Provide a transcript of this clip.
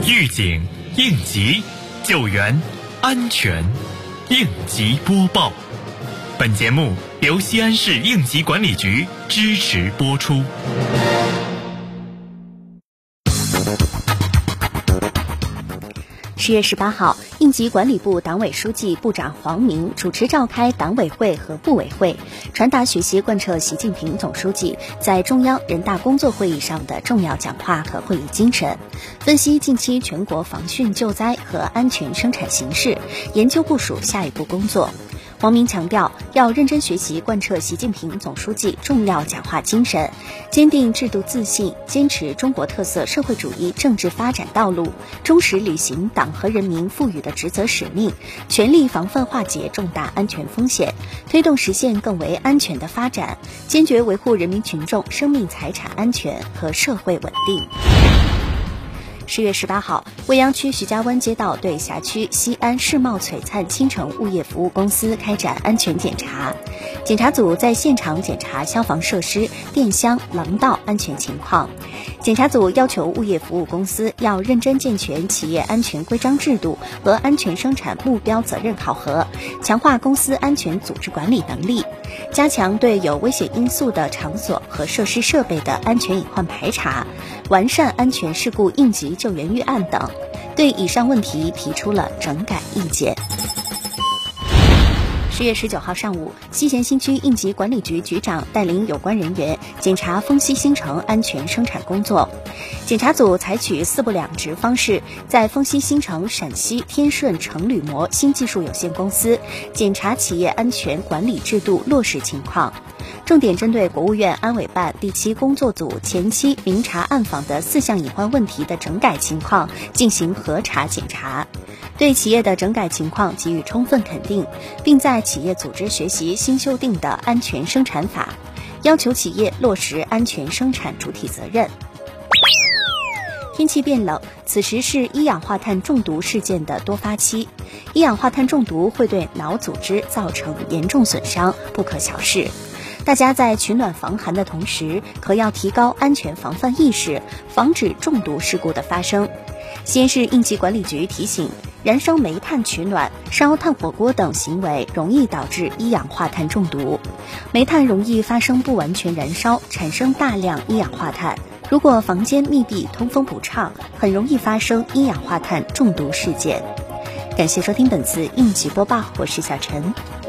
预警、应急、救援、安全，应急播报。本节目由西安市应急管理局支持播出。 10月18号，应急管理部党委书记、部长黄明主持召开党委会和部委会，传达学习贯彻习近平总书记在中央人大工作会议上的重要讲话和会议精神，分析近期全国防汛救灾和安全生产形势，研究部署下一步工作。黄明强调，要认真学习贯彻习近平总书记重要讲话精神，坚定制度自信，坚持中国特色社会主义政治发展道路，忠实履行党和人民赋予的职责使命，全力防范化解重大安全风险，推动实现更为安全的发展，坚决维护人民群众生命财产安全和社会稳定。10月18号，未央区徐家湾街道对辖区西安世茂璀璨倾城物业服务公司开展安全检查。检查组在现场检查消防设施、电箱、廊道安全情况。检查组要求物业服务公司要认真健全企业安全规章制度和安全生产目标责任考核，强化公司安全组织管理能力，加强对有危险因素的场所和设施设备的安全隐患排查，完善安全事故应急救援预案等，对以上问题提出了整改意见。10月19号上午，西咸新区应急管理局局长带领有关人员检查丰西新城安全生产工作。检查组采取4不2直方式，在丰西新城陕西天顺成铝膜新技术有限公司检查企业安全管理制度落实情况，重点针对国务院安委办第7工作组前期明察暗访的4项隐患问题的整改情况进行核查检查，对企业的整改情况给予充分肯定，并在企业组织学习新修订的安全生产法，要求企业落实安全生产主体责任。天气变冷，此时是一氧化碳中毒事件的多发期。一氧化碳中毒会对脑组织造成严重损伤，不可小视。大家在取暖防寒的同时，可要提高安全防范意识，防止中毒事故的发生。西安市应急管理局提醒，燃烧煤炭取暖、烧炭火锅等行为容易导致一氧化碳中毒。煤炭容易发生不完全燃烧，产生大量一氧化碳。如果房间密闭、通风不畅，很容易发生一氧化碳中毒事件。感谢收听本次应急播报，我是小陈。